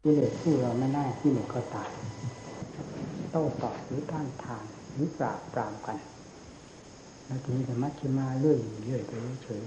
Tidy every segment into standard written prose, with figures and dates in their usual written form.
กิเลสสู้เราไม่ได้กิเลสก็ตายโต้ตอบหรือต้านทานหรือปราบปรามกันแล้วทีนี้ธรรมะชิมาเรื่อยไปเฉย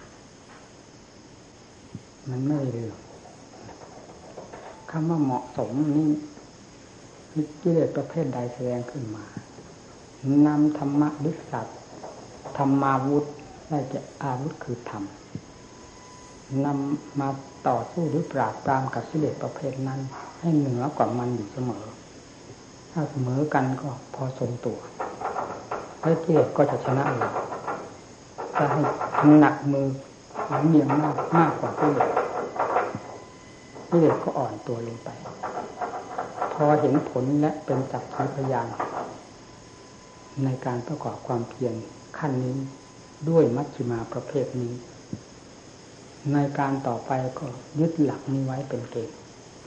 มันไม่เรื่องคำว่าเหมาะสมนี่กิเลสประเภทใดแสดงขึ้นมานำธรรมะหรือสัตว์ธรรมาวุธได้จะอาวุธคือธรรมนำมาต่อสู้หรือปราบปรามกับกิเลสประเภทนั้นให้เหนือกว่ามันอยู่เสมอถ้าเสมอกันก็พอทรงตัวแล้วกิเลสก็จะชนะเราถ้าให้หนักมือหรือเมียงมากกว่ากิเลสก็อ่อนตัวลงไปพอเห็นผลและเป็นสักขีพยานในการประกอบความเพียรขั้นนี้ด้วยมัชฌิมาประเภทนี้ในการต่อไปก็ยึดหลักนี้ไว้เป็นเกณฑ์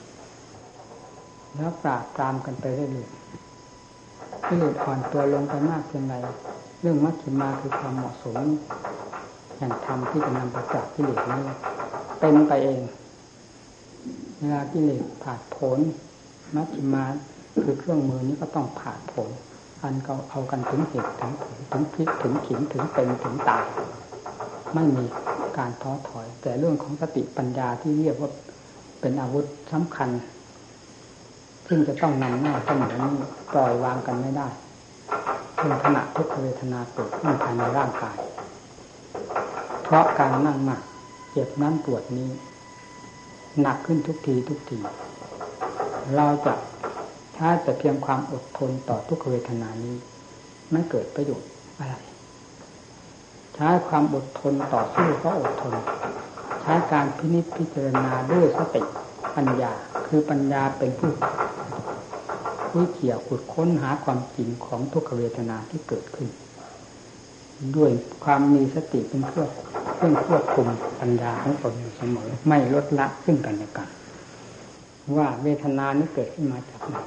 แล้วปราบปรามกันไปเรื่อยๆกิเลสอ่อนตัวลงไปมากเพียงไรเรื่องมัชฌิมาคือความเหมาะสมแห่งธรรมที่จะนำไปปราบกิเลสนี้เป็นไปเองเวลากิเลสผาดโผนมัชฌิมาคือเครื่องมือนี้ก็ต้องผาดโผนอันก็เอากันถึงเหตุถึงผลถึงพลิกถึงขิงถึงเป็นถึงตายไม่มีการท้อถอยแต่เรื่องของสติปัญญาที่เรียกว่าเป็นอาวุธสำคัญซึ่งจะต้องนำหน้าเสมอนี้ปล่อยวางกันไม่ได้เป็นขณะทุกขเวทนาเกิดขึ้นภายในร่างกายเพราะการนั่งมากเจ็บนั้นปวดนี้หนักขึ้นทุกทีเราจะใช้แต่เพียงความอดทนต่อทุกขเวทนานี้ไม่เกิดประโยชน์อะไรใช้ความอดทนต่อสู้ก็อดทนใช้การพินิจพิจารณาด้วยสติปัญญาคือปัญญาเป็นผู้เขี่ยขุดค้นหาความจริงของทุกขเวทนาที่เกิดขึ้นด้วยความมีสติเป็นเครื่องควบคุมปัญญาของตนอยู่เสมอไม่ลดละซึ่งกันและกันว่าเวทนานี้เกิดขึ้นมาจากไหน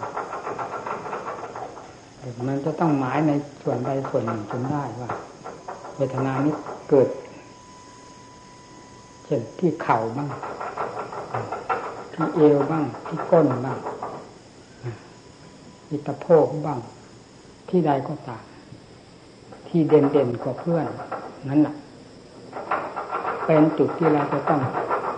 มันจะต้องหมายในส่วนใดส่วนหนึ่งจนได้ว่าเวทนานี้เกิดเช่นที่เข่าบ้างที่เอวบ้างที่ก้นบ้างที่ตะโพกบ้างที่ใดก็ตามที่เด่นกว่าเพื่อนนั้นน่ะเป็นจุดที่เราจะต้อง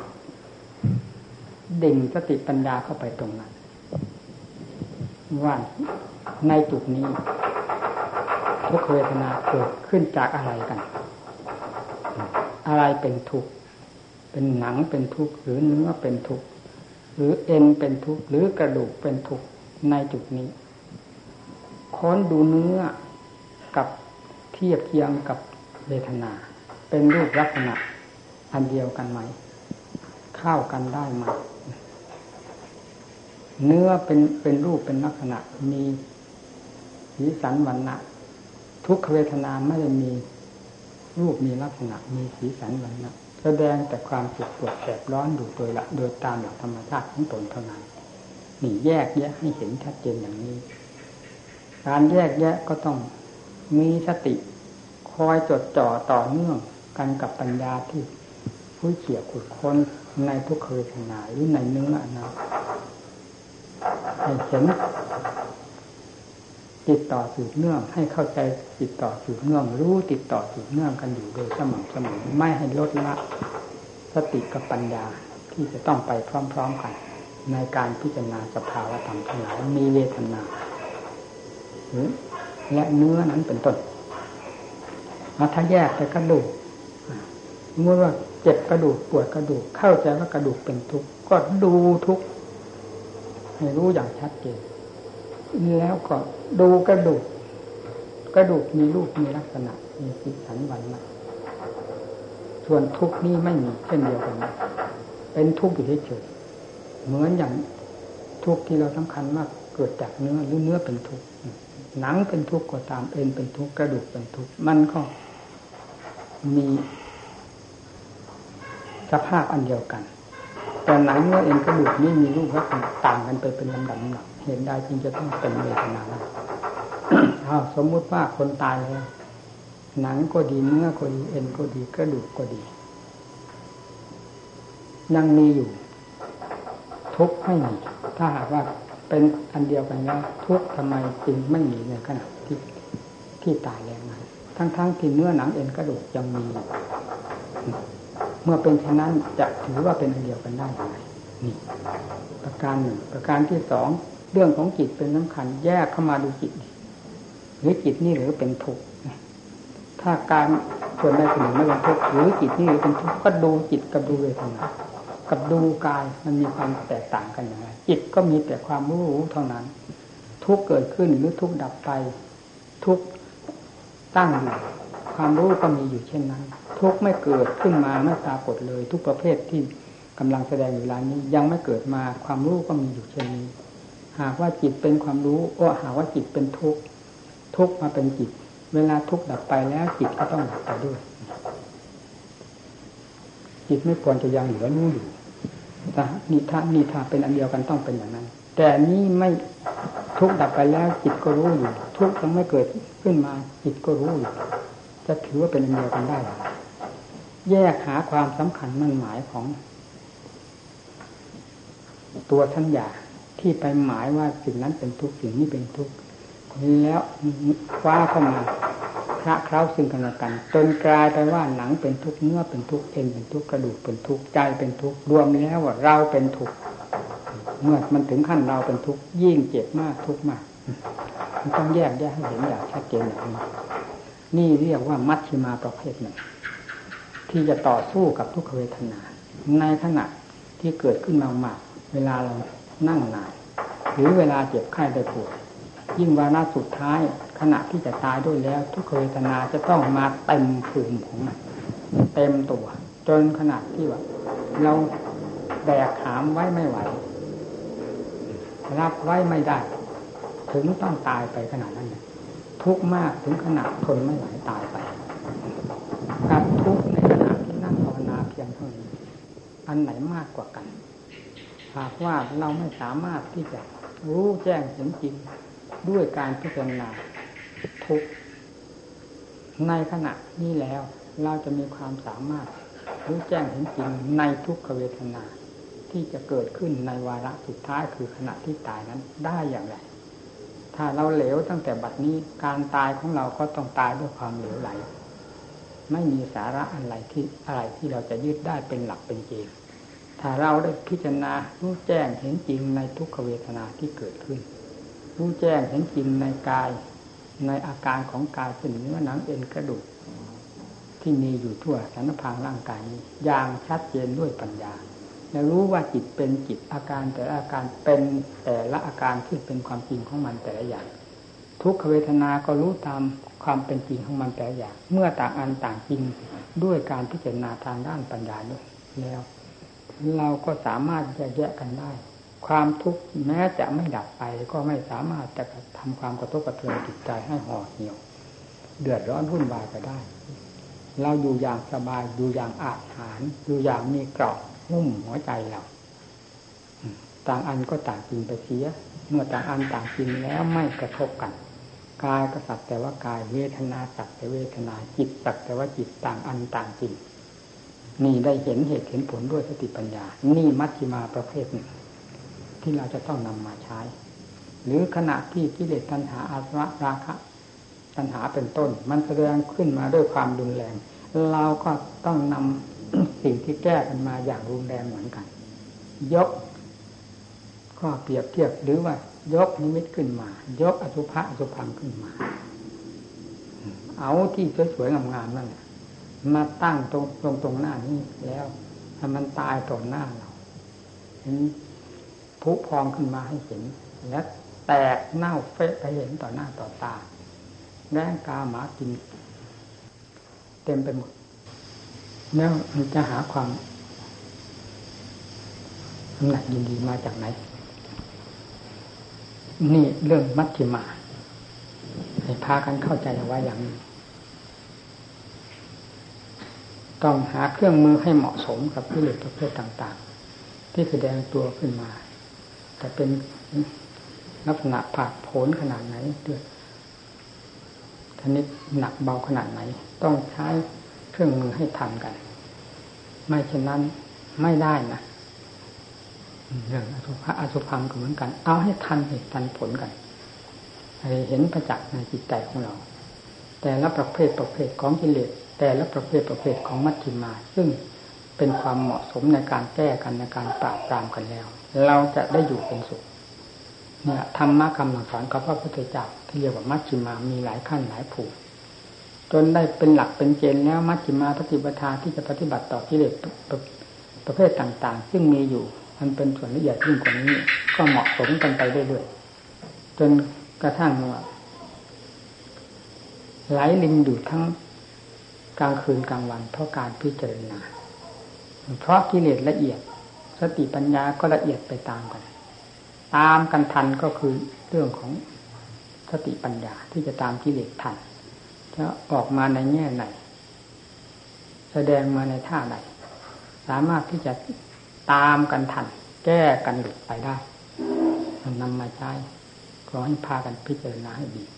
ดิ่งสติปัญญาเข้าไปตรงนั้นว่าในจุดนี้ทุกขเวทนาเกิดขึ้นจากอะไรกันอะไรเป็นทุกข์เป็นหนังเป็นทุกข์หรือเนื้อเป็นทุกข์หรือเอ็นเป็นทุกข์หรือกระดูกเป็นทุกข์ในจุดนี้ค้นดูเนื้อกับเทียบเคียงกับเวทนาเป็นรูปลักษณะอันเดียวกันไหมเข้ากันได้ไหมเนื้อเป็นรูปเป็นลักษณะมีสีสันวรรณะทุกขเวทนาไม่ได้มีรูปมีลักษณะมีสีสันวรรณะแสดงแต่ความเจ็บปวดแสบร้อนอยู่โดยตามหลักธรรมชาติของตนเท่านั้นนี่แยกแยะให้เห็นชัดเจนอย่างนี้การแยกแยะก็ต้องมีสติคอยจดจ่อต่อเนื่องกันกับปัญญาที่ผู้เขี่ยขุดค้นในทุกขเวทนาหรือในเนื้อนะให้เห็นติดต่อสืบเนื่องให้เข้าใจติดต่อสืบเนื่องรู้ติดต่อสืบเนื่องกันอยู่โดยสม่ำเสมอไม่ให้ลดละสติกับปัญญาที่จะต้องไปพร้อมๆกันในการพิจารณาสภาวะธรรมทั้งหลายมีเวทนาและเนื้อนั้นเป็นต้นถ้าแยกไปกระดูกเมื่อว่าเจ็บกระดูกปวดกระดูกเข้าใจว่ากระดูกเป็นทุกข์ก็ดูทุกข์ให้รู้อย่างชัดเจนแล้วก็ดูกระดูกมีรูปมีลักษณะมีสีสันวรรณะส่วนทุกข์นี้ไม่มีเช่นเดียวกันเป็นทุกข์อยู่เฉยๆเหมือนอย่างทุกข์ที่เราสำคัญมากเกิดจากเนื้อหรือเนื้อเป็นทุกข์หนังเป็นทุกข์ก็ตามเอ็นเป็นทุกข์กระดูกเป็นทุกข์มันก็มีสภาพอันเดียวกันแต่หนังเนื้อเอ็นกระดูกนี่มีรูปลักษณะต่างกันไปเป็นลำดับเห็นได้จึงจะต้องเป็นเวทนาสมมุติว่าคนตายแล้วหนังก็ดีเนื้อก็ดีเอ็นก็ดีกระดูกก็ดียังมีอยู่ททุกข์ไม่มีถ้าหากว่าเป็นอันเดียวกันแล้วทุกข์ทำไมจึงไม่มีในขณะที่ตายแล้วนั้นทั้งที่เนื้อหนังเอ็นกระดูกยังมีเมื่อเป็นเช่นนั้นจะถือว่าเป็นอันเดียวกันได้อย่างไรนี่ประการหนึ่งประการที่สองเรื่องของจิตเป็นสำคัญแยกเข้ามาดูจิตหรือจิตนี่หรือเป็นทุกข์ถ้าการส่วนใดส่วนหนึ่งไม่เป็นทุกข์หรือจิตนี่หรือเป็นทุกข์ก็ดูจิตกับดูเวทนากับดูกายมันมีความแตกต่างกันอย่างไรจิตก็มีแต่ความรู้เท่านั้นทุกข์เกิดขึ้นหรือทุกข์ดับไปทุกข์ตั้งอยู่ความรู้ก็มีอยู่เช่นนั้นทุกข์ไม่เกิดขึ้นมาไม่ปรากฏเลยทุกประเภทที่กำลังแสดงอยู่เวลานี้ยังไม่เกิดมาความรู้ก็มีอยู่เช่นนี้หากว่าจิตเป็นความรู้หากว่าจิตเป็นทุกข์ทุกข์มาเป็นจิตเวลาทุกข์ดับไปแล้วจิตก็ต้องดับไปด้วยจิตไม่ควรจะยังเหลือรู้อยู่แต่นิทาเป็นอันเดียวกันต้องเป็นอย่างนั้นแต่นี้ไม่ทุกข์ดับไปแล้วจิตก็รู้อยู่ทุกข์ยังไม่เกิดขึ้นมาจิตก็รู้อยู่จะถือว่าเป็นอันเดียวกันได้แยกหาความสำคัญมั่นหมายของตัวสัญญาที่ไปหมายว่าสิ่งนั้นเป็นทุกข์สิ่งนี้เป็นทุกข์แล้วคว้าเข้ามาคละเคล้าซึ่งกันและกันจนกลายไปว่าหนังเป็นทุกข์เนื้อเป็นทุกข์เอ็นเป็นทุกข์กระดูกเป็นทุกข์ใจเป็นทุกข์รวมแล้วว่าเราเป็นทุกข์เมื่อมันถึงขั้นเราเป็นทุกข์ยิ่งเจ็บมากทุกข์มากมันต้องแยกให้เห็นอย่างชัดเจนอย่างนี้นี่เรียกว่ามัชฌิมาประเภทหนึ่งที่จะต่อสู้กับทุกขเวทนาในขณะที่เกิดขึ้นมากๆเวลาเรานั่งนานหรือเวลาเจ็บไข้ได้ป่วยยิ่งวาระสุดท้ายขณะที่จะตายด้วยแล้วทุกขเวทนาจะต้องมาเต็มภูมิของมันเต็มตัวจนขนาดที่ว่าเราแบกหามไว้ไม่ไหวรับไว้ไม่ได้ถึงต้องตายไปขนาดนั้นเลยทุกข์มากถึงขนาดทนไม่ไหวตายไปกับทุกข์ในขณะที่นั่งภาวนาเพียงเท่านี้อันไหนมากกว่ากันหากว่าเราไม่สามารถที่จะรู้แจ้งเห็นจริงด้วยการพิจารณาทุกข์ในขณะนี้แล้วเราจะมีความสามารถรู้แจ้งเห็นจริงในทุกขเวทนาที่จะเกิดขึ้นในวาระสุดท้ายคือขณะที่ตายนั้นได้อย่างไรถ้าเราเหลวตั้งแต่บัดนี้การตายของเราก็ต้องตายด้วยความเหลวไหลไม่มีสาระอะไรที่เราจะยึดได้เป็นหลักเป็นเกณฑ์ถ้าเราได้พิจารณารู้แจ้งเห็นจริงในทุกขเวทนาที่เกิดขึ้นรู้แจ้งเห็นจริงในกายในอาการของกายเป็นเนื้อหนังเอ็นกระดูกที่มีอยู่ทั่วสารพางร่างกายนี้อย่างชัดเจนด้วยปัญญาและรู้ว่าจิตเป็นจิตอาการแต่ละอาการเป็นแต่ละอาการที่เป็นความจริงของมันแต่ละอย่างทุกขเวทนาก็รู้ตามความเป็นจริงของมันแต่ละอย่างเมื่อต่างอันต่างจริงด้วยการพิจารณาทางด้านปัญญาด้วยแล้วเราก็สามารถแยกกันได้ความทุกข์แม้จะไม่ดับไปก็ไม่สามารถจะทำความกระทบกระเทือนจิตใจให้ห่อเหี่ยวเดือดร้อนวุ่นวายไปได้เราอยู่อย่างสบายอยู่อย่างอาถรรพ์อยู่อย่างมีเกราะหุ้มหัวใจเราต่างอันก็ต่างจริงไปเสียเมื่อต่างอันต่างจริงแล้วไม่กระทบกันกายก็สักแต่ว่ากายเวทนาสักแต่เวทนาจิตสักแต่ว่าจิตต่างอันต่างจริงนี่ได้เห็นเหตุเห็นผลด้วยสติปัญญานี่มัชฌิมาประเภทหนึ่งที่เราจะต้องนำมาใช้หรือขณะที่กิเลสตัณหาอาสวะราคะตัณหาเป็นต้นมันแสดงขึ้นมาด้วยความรุนแรงเราก็ต้องนำสิ่งที่แก้กันมาอย่างรุนแรงเหมือนกันยกข้อเปรียบเทียบหรือว่ายกนิมิตขึ้นมายกอสุภะอสุภังขึ้นมาเอาที่สวยๆงามๆนั่นแหละมาตั้งตรงหน้านี้แล้วให้มันตายต่อหน้าเราเห็นผุพองขึ้นมาให้เห็นและแตกเน่าเฟะไปเห็นต่อหน้าต่อตาแรงกาหมากินเต็มไปหมดแล้วมันจะหาความกำหนัดยินดีมาจากไหนนี่เรื่องมัชฌิมาให้พากันเข้าใจเอาไว้อย่างนี้ต้องหาเครื่องมือให้เหมาะสมกับกิเลสประเภทต่างๆที่แสดงตัวขึ้นมาแต่เป็นลักษณะผาดโผนขนาดไหนด้วยชนิดหนักเบาขนาดไหนต้องใช้เครื่องมือให้ทันกันไม่เช่นนั้นไม่ได้นะเรื่องอสุภะก็เหมือนกันเอาให้ทันเหตุทันผลกันให้เห็นประจักษ์ในจิตใจของเราแต่ละประเภทของกิเลสแต่ละประเภทของมัชฌิมาซึ่งเป็นความเหมาะสมในการแก้กันในการปราบปรามกันแล้วเราจะได้อยู่เป็นสุขเนี่ยธรรมะคำสอนของพระพุทธเจ้าที่เรียกว่ามัชฌิมามีหลายขั้นหลายภูมิจนได้เป็นหลักเป็นเกณฑ์แล้วมัชฌิมาปฏิปทาที่จะปฏิบัติต่อกิเลสประเภทต่างๆซึ่งมีอยู่มันเป็นส่วนละเอียดยิ่งกว่านี้ก็เหมาะสมกันไปเรื่อยๆจนกระทั่งว่าไหลลิงดูดทั้งกลางคืนกลางวันเพราะการพิจารณาเพราะกิเลสละเอียดสติปัญญาก็ละเอียดไปตามกันทันก็คือเรื่องของสติปัญญาที่จะตามกิเลสทันจะออกมาในแง่ไหนแสดงมาในท่าไหนสามารถที่จะตามกันทันแก้กันหลุดไปได้นำมาใช้ขอให้พากันพิจารณาให้ดี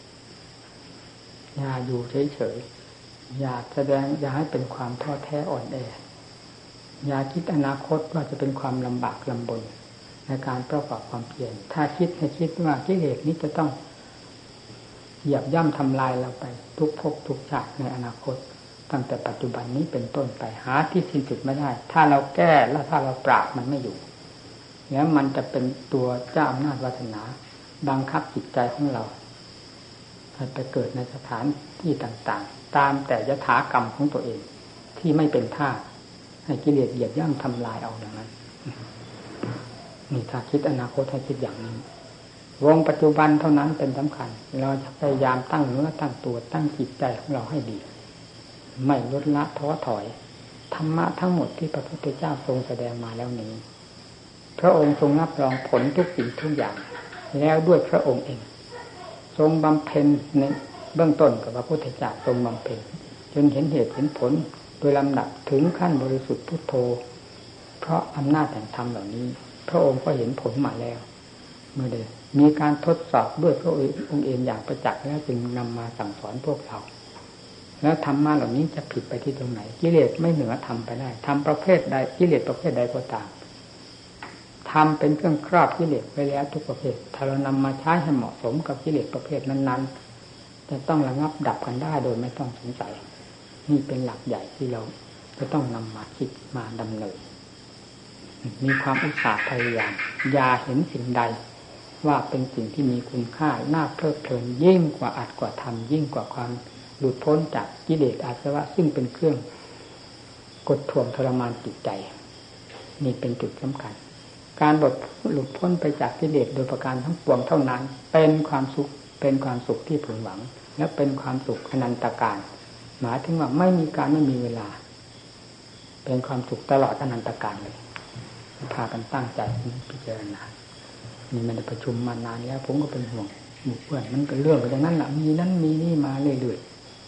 อย่าอยู่เฉยๆอย่าแสดงอย่าให้เป็นความท้อแท้อ่อนแออย่าคิดอนาคตว่าจะเป็นความลำบากลำบนในการประกอบความเพียรถ้าคิดให้คิดว่ากิเลสนี้จะต้องเหยียบย่ำทำลายเราไปทุกภพทุกชาติในอนาคตตั้งแต่ปัจจุบันนี้เป็นต้นไปหาที่สิ้นสุดไม่ได้ถ้าเราแก้และถ้าเราปราบมันไม่อยู่แล้วมันจะเป็นตัวเจ้าอำนาจวาสนาบังคับจิตใจของเราให้ไปเกิดในสถานที่ต่างๆตามแต่ยถากรรมของตัวเองที่ไม่เป็นท่าให้กิเลสเหยียบย่ำทำลายเอาอย่างนั้นนี่ถ้าคิดอนาคตให้คิดอย่างนี้วงปัจจุบันเท่านั้นเป็นสำคัญเราจะพยายามตั้งเนื้อตั้งตัวตั้งจิตใจของเราให้ดีไม่ลดละท้อถอยธรรมะทั้งหมดที่พระพุทธเจ้าทรงแสดงมาแล้วนี้พระองค์ทรงรับรองผลทุกสิ่งทุกอย่างแล้วด้วยพระองค์เองทรงบำเพ็ญในเบื้องต้นกับพระพุทธเจ้าทรงบำเพ็ญจนเห็นเหตุเห็นผลโดยลำดับถึงขั้นบริสุทธิ์พุทโธเพราะอำนาจแห่งธรรมเหล่านี้พระองค์ก็เห็นผลมาแล้วเมื่อใดมีการทดสอบด้วยพระองค์เองอย่างประจักษ์แล้วจึงนำมาสั่งสอนพวกเราแล้วธรรมะเหล่านี้จะผิดไปที่ตรงไหนกิเลสไม่เหนือธรรมไปได้ธรรมประเภทใดกิเลสประเภทใดก็ตามธรรมเป็นเครื่องครอบกิเลสไว้แล้วทุกประเภทถ้าเรานำมาใช้ให้เหมาะสมกับกิเลสประเภทนั้นๆจะต้องระงับดับกันได้โดยไม่ต้องสงสัยนี่เป็นหลักใหญ่ที่เราจะต้องนำมาคิดมาดำเนินมีความอุตสาห์พยายามอย่าเห็นสิ่งใดว่าเป็นสิ่งที่มีคุณค่าน่าเพลิดเพลินยิ่งกว่าอัดกว่าทำยิ่งกว่าความหลุดพ้นจากกิเลสอาสวะซึ่งเป็นเครื่องกดท่วงทรมานจิตใจนี่เป็นจุดสำคัญการหลุดพ้นไปจากกิเลสโดยประการทั้งปวงเท่านั้นเป็นความสุขที่พึงหวังและเป็นความสุขอนันตการหมายถึงว่าไม่มีการไม่มีเวลาเป็นความสุขตลอดอนันตการเลยพากันตั้งใจพิจารณานี่มันประชุมมานานแล้วผมก็เป็นห่วงหมู่เพื่อนมันก็เรื่องอย่างนั้นแหละมีนั้นมีนี่มาเรื่อย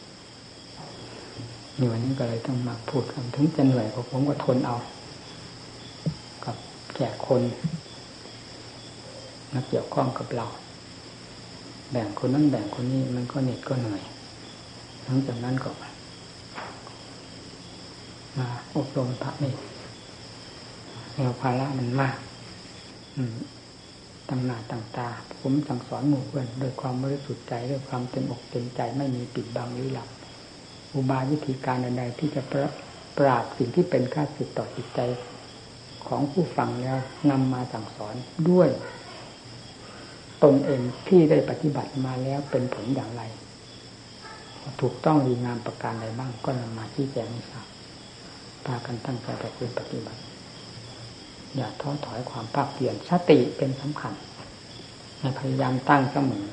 ๆนี่วันนี้ก็เลยต้องมาพูดกันถึงจะเหนื่อยผมก็ทนเอากับแก่คนนักเกี่ยวข้องกับเราแบ่งคนนั้นแบ่งคนนี้มันก็เหน็ดก็เหนื่อยหลังจากนั้นก็มาอบรมพระนี่เราภาระมันมากตั้งหน้าตั้งตาผมสั่งสอนหมู่เพื่อนด้วยความบริสุทธิ์ใจด้วยความเต็มอกเต็มใจไม่มีปิดบังลี้ลับอุบายวิธีการใดๆที่จะปราบสิ่งที่เป็นข้าศึกต่อจิตใจของผู้ฟังแล้วนำมาสั่งสอนด้วยตนเองที่ได้ปฏิบัติมาแล้วเป็นผลอย่างไรถูกต้องดีงามประการใดบ้างก็นำมาชี้แจงให้ทราบพากันตั้งใจปฏิบัติอย่าท้อถอยความภาคเพียรสติเป็นสำคัญให้พยายามตั้งเสมอ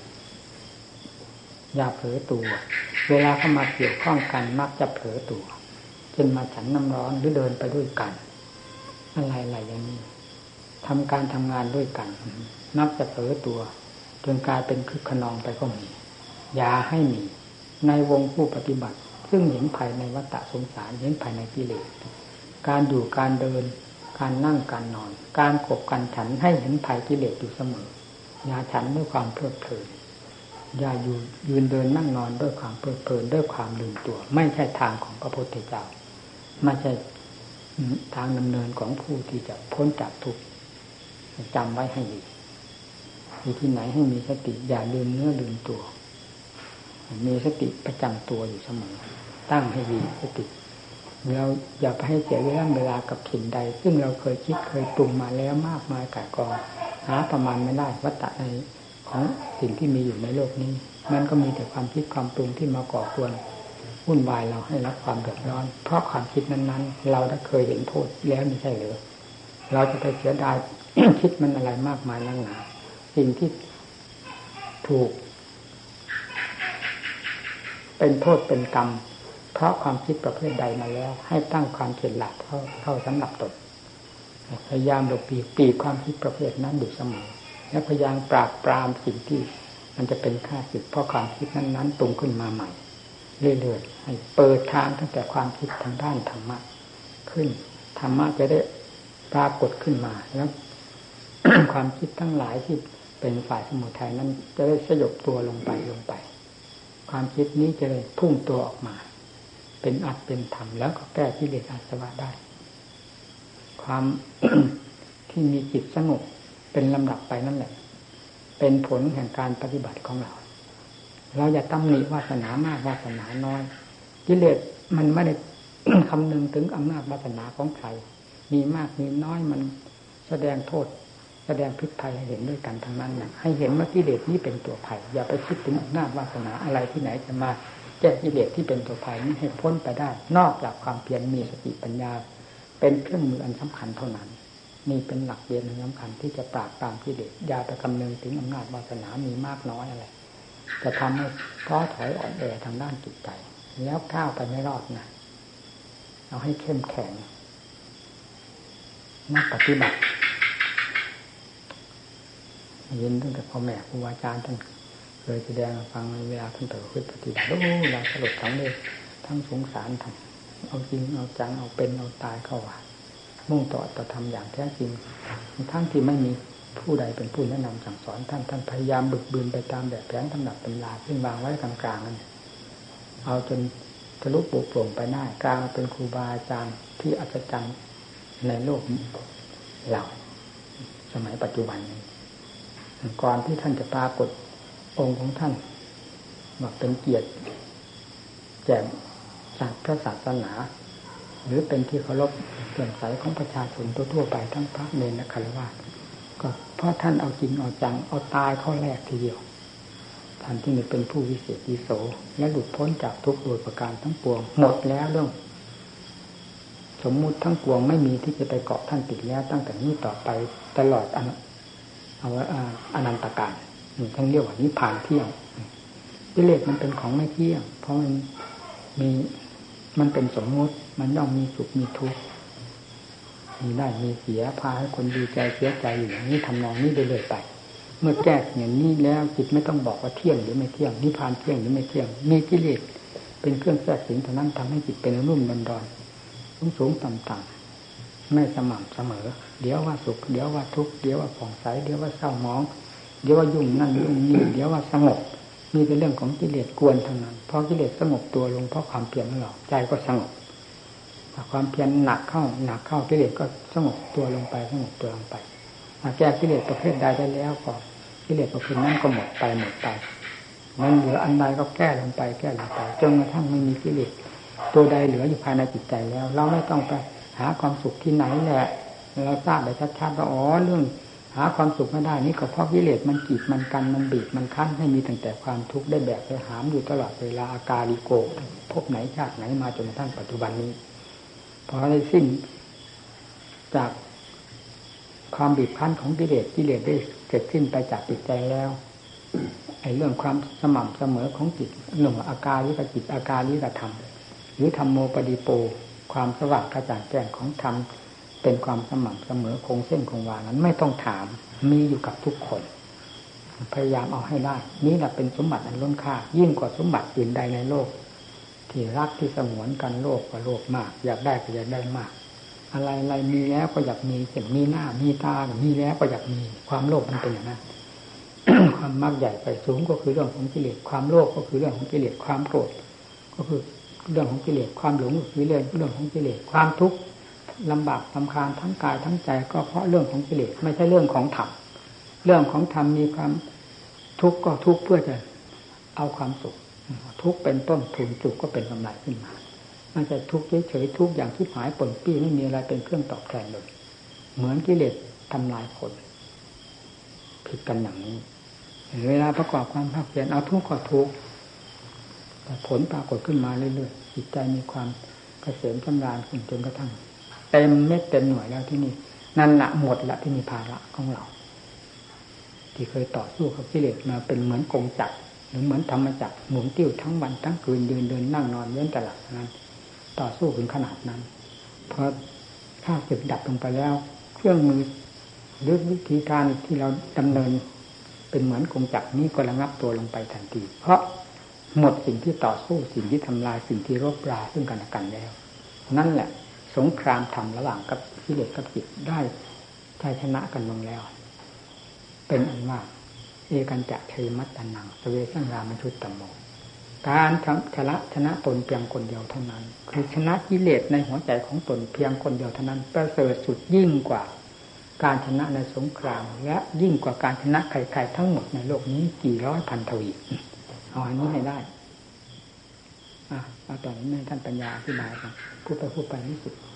อย่าเผลอตัวเวลาเข้ามาเกี่ยวข้องกันมักจะเผลอตัวเช่นมาฉันน้ำร้อนหรือเดินไปด้วยกันอะไรอย่างนี้ทำการทำงานด้วยกันมักจะเผลอตัวจนกลายเป็นคึกขนองไปก็มีอย่าให้มีในวงผู้ปฏิบัติซึ่งเห็นภายในวัฏสงสารเห็นภายในกิเลสการอยู่การเดินการนั่งการนอนการขบกันฉันให้เห็นภัยกิเลสอยู่เสมออย่าฉันด้วยความเพลิดเพลินอย่าอยู่ยืนเดินนั่งนอนด้วยความเพลิดเพลินด้วยความลืมตัวไม่ใช่ทางของพระพุทธเจ้าไม่ใช่ทางดำเนินของผู้ที่จะพ้นจากทุกข์จำไว้ให้ดีมีที่ไหนให้มีสติอย่าลืมเนื้อลืมตัวมีสติประจำตัวอยู่เสมอตั้งให้ดีสติเราอย่าไปให้เสียเวลากับสิ่งใดซึ่งเราเคยคิดเคยปรุงมาแล้วมากมายก่ายกองหาประมาณไม่ได้วัฏฏะในของสิ่งที่มีอยู่ในโลกนี้มันก็มีแต่ความคิดความปรุงที่มาก่อกวนวุ่นวายเราให้รับความเดือดร้อนเพราะความคิดนั้นๆเราได้เคยเห็นโทษแล้วไม่ใช่หรือเราจะไปเสียดาย คิดมันอะไรมากมายนักหนาสิ่งที่ถูกเป็นโทษเป็นกรรมเพราะความคิดประเภทใดมาแล้วให้ตั้งความเฉลียวเข้าสำหรับตนพยายามหลบปีกความคิดประเภทนั้นอยู่เสมอและพยายามปราบปรามสิ่งที่มันจะเป็นข้าศึกเพราะความคิดนั้นๆตรงขึ้นมาใหม่เรื่อยๆให้เปิดทางตั้งแต่ความคิดทางด้านธรรมะขึ้นธรรมะจะได้ปรากฏขึ้นมาแล้ว ความคิดทั้งหลายที่เป็นฝ่ายสมุทัยนั้นจะได้สยบตัวลงไปความคิดนี้จะได้พุ่งตัวออกมาเป็นอัตเป็นธรรมแล้วก็แก้กิเลสอาสวะได้ความ ที่มีจิตสงบเป็นลำดับไปนั่นแหละเป็นผลแห่งการปฏิบัติของเราอย่าตำหนิวาสนามากวาสนาน้อยกิเลสมันไม่ได้ คำนึงถึงอำนาจวาสนาของใครมีมากมีน้อยมันแสดงโทษแสดงพิษภัยให้เห็นด้วยกันทั้งนั้นนะให้เห็นว่ากิเลสนี้เป็นตัวภัยอย่าไปคิดถึงอำนาจวาสนาอะไรที่ไหนจะมาแก้กิเลสที่เป็นตัวภัยนี้ให้พ้นไปได้นอกจากความเพียรมีสติปัญญาเป็นเครื่องมืออันสำคัญเท่านั้นนี่เป็นหลักเกณฑ์สำคัญที่จะปราบปรามกิเลสอย่าไปคำนึงถึงอำนาจวาสนามีมากน้อยอะไรจะทำให้ท้อถอยอ่อนแอทางด้านจิตใจแล้วก้าวไปไม่รอดนะเอาให้เข้มแข็งนักปฏิบัติยินตั้งแต่พ่อแม่ครูอาจารย์ท่านเคยแสดงฟังในเวลาท่านประพฤติปฏิบัติเราสลดทั้งเลยทั้งสงสารทั้งเอาจริงเอาจังเอาเป็นเอาตายเข้าว่ามุ่งต่อทำอย่างแท้จริงทั้งที่ไม่มีผู้ใดเป็นผู้แนะนำสั่งสอนท่านพยายามบึกบืนไปตามแบบแผนตำหนักตำราซึ่งวางไว้กลางๆนั่นเอาจนทะลุโปร่งไปได้กลางเป็นครูบาอาจารย์ที่อัศจรรย์ในโลกเราสมัยปัจจุบันนี้ก่อนที่ท่านจะปรากฏองค์ของท่านว่าเป็นเกียรติแก่พระศาสนาหรือเป็นที่เคารพเลื่อมใสของประชาชนทั่วไปทั้งพระเนรและฆราวาสก็เพราะท่านเอาจริงเอาจังเอาตายเข้าแรกทีเดียวท่านที่มีเป็นผู้วิเศษวิโสและหลุดพ้นจากทุกข์โดยประการทั้งปวงหมดแล้วเรื่องสมมุติทั้งปวงไม่มีที่จะไปเกาะท่านติดแล้วตั้งแต่นี้ต่อไปตลอดอนันตกาลท่านเรียกว่านิพพานเที่ยงกิเลสมันเป็นของไม่เที่ยงเพราะมันเป็นสมมุติมันย่อมมีสุขมีทุกข์มีได้มีเสียพาให้คนดีใจเสียใจอยู่อย่างนี้ทำนองนี้เรื่อยๆไปเมื่อแก้อย่างนี้แล้วจิตไม่ต้องบอกว่าเที่ยงหรือไม่เที่ยงนิพพานเที่ยงหรือไม่เที่ยงมีกิเลสเป็นเครื่องแทรกสิงเท่านั้นทำให้จิตเป็นรุ่มดอนสูงต่ำๆไม่สม่ำเสมอเดี๋ยวว่าสุขเดี๋ยวว่าทุกข์เดี๋ยวว่าผ่องใสเดี๋ยวว่าเศร้าหมองเดี๋ยวว่ายุ่งนั่นยุ่งนี่เดี๋ยวว่าสงบมีแต่เรื่องของกิเลสกวนเท่านั้นพอกิเลสสงบตัวลงเพราะความเพียรของเราใจก็สงบความเพียรหนักเข้ากิเลสก็สงบตัวลงไปแก้กิเลสประเภทใดได้แล้วก็กิเลสประเภทนั้นก็หมดไปมันเหลืออันใดก็แก้ลงไปจนกระทั่งไม่มีกิเลสตัวใดเหลืออยู่ภายในจิตใจแล้วเราไม่ต้องไปหาความสุขที่ไหนแหละเราทราบได้ชัดๆว่าเรื่องหาความสุขไม่ได้นี่ก็เพราะกิเลสมันกีดมันกันมันบีบมันคั้นให้มีตั้งแต่ความทุกข์ได้แบกไปหามอยู่ตลอดเวลาอากาลิโกพบไหนชาติไหนมาจนกระทั่งปัจจุบันนี้พอได้สิ้นจากความบีบคั้นของกิเลสได้เกิดขึ้นไปจากจิตใจแล้วไอ้เรื่องความสม่ำเสมอของจิตเรื่องอาการลิกจิตอาการลิกธรรมหรือธรรมโมปฏิโปความสว่างกระจ่างแจ้งของธรรมเป็นความสม่ำเสมอคงเส้นคงวานั้นไม่ต้องถามมีอยู่กับทุกคนพยายามเอาให้ได้นี่แหละเป็นสมบัติอันล้นค่ายิ่งกว่าสมบัติอื่นใดในโลกที่รักที่สงวนกันโลภก็โลภมากอยากได้ก็อยากได้มากอะไรมีแล้วก็อยากมีเช่นมีหน้ามีตามีแล้วก็อยากมีความโลภมันเป็นอย่างนั้น ความมากใหญ่ไปสูงก็คือเรื่องของกิเลสความโลภก็คือเรื่องของกิเลสความโกรธก็คือเรื่องของกิเลสความหลงก็คือเรื่องของกิเลสความทุกข์ลำบากลำคาญทั้งกายทั้งใจก็เพราะเรื่องของกิเลสไม่ใช่เรื่องของธรรมเรื่องของธรรมมีความทุกข์ก็ทุกข์เพื่อจะเอาความสุขทุกข์เป็นต้นทุนสุขก็เป็นกำไรขึ้นมามันจะทุกข์เฉยๆทุกข์อย่างที่หายปนปี้ไม่มีอะไรเป็นเครื่องตอบแทนเลยเหมือนกิเลสทำลายผลผิดกันอย่างนี้เวลาประกอบความภาคเพียรเอาทุกข์ก็ทุกข์แต่ผลปรากฏขึ้นมาเรื่อยๆจิตใจมีความเกษมสำราญขึ้นจนกระทั่งเต็มเม็ดเต็มหน่วยแล้วที่นี่นั่นละหมดละที่มีภาระของเราที่เคยต่อสู้กับกิเลสมาเป็นเหมือนกงจักรหรือเหมือนธรรมจักรหมุนติ้วทั้งวันทั้งคืนยืนเดินนั่งนอนเว้นแต่หลับนั้นต่อสู้ถึงขนาดนั้นเพราะถ้าสึกดับลงไปแล้วเครื่องมือหรือวิธีการที่เราดำเนินเป็นเหมือนกงจักรนี้ก็ระงับตัวลงไปทันทีเพราะหมดสิ่งที่ต่อสู้สิ่งที่ทำลายสิ่งที่รบราซึ่งกันและกันแล้วนั่นแหละสงครามธรรมระหว่างกับกิเลสกับจิตได้ชัยชนะกันลงแล้วเป็นอันว่าเอกันจะเทมัตตานังสเวสังรามัญชุตตโมการชนะตนเพียงคนเดียวเท่านั้นคือชนะกิเลสในหัวใจของตนเพียงคนเดียวเท่านั้นประเสริฐสุดยิ่งกว่าการชนะในสงครามและยิ่งกว่าการชนะใครๆทั้งหมดในโลกนี้กี่ร้อยพันทวีเอาอันนี้ให้ได้เอาตอนนี้ท่านปัญญาอธิบายกันพูดไปรู้สึก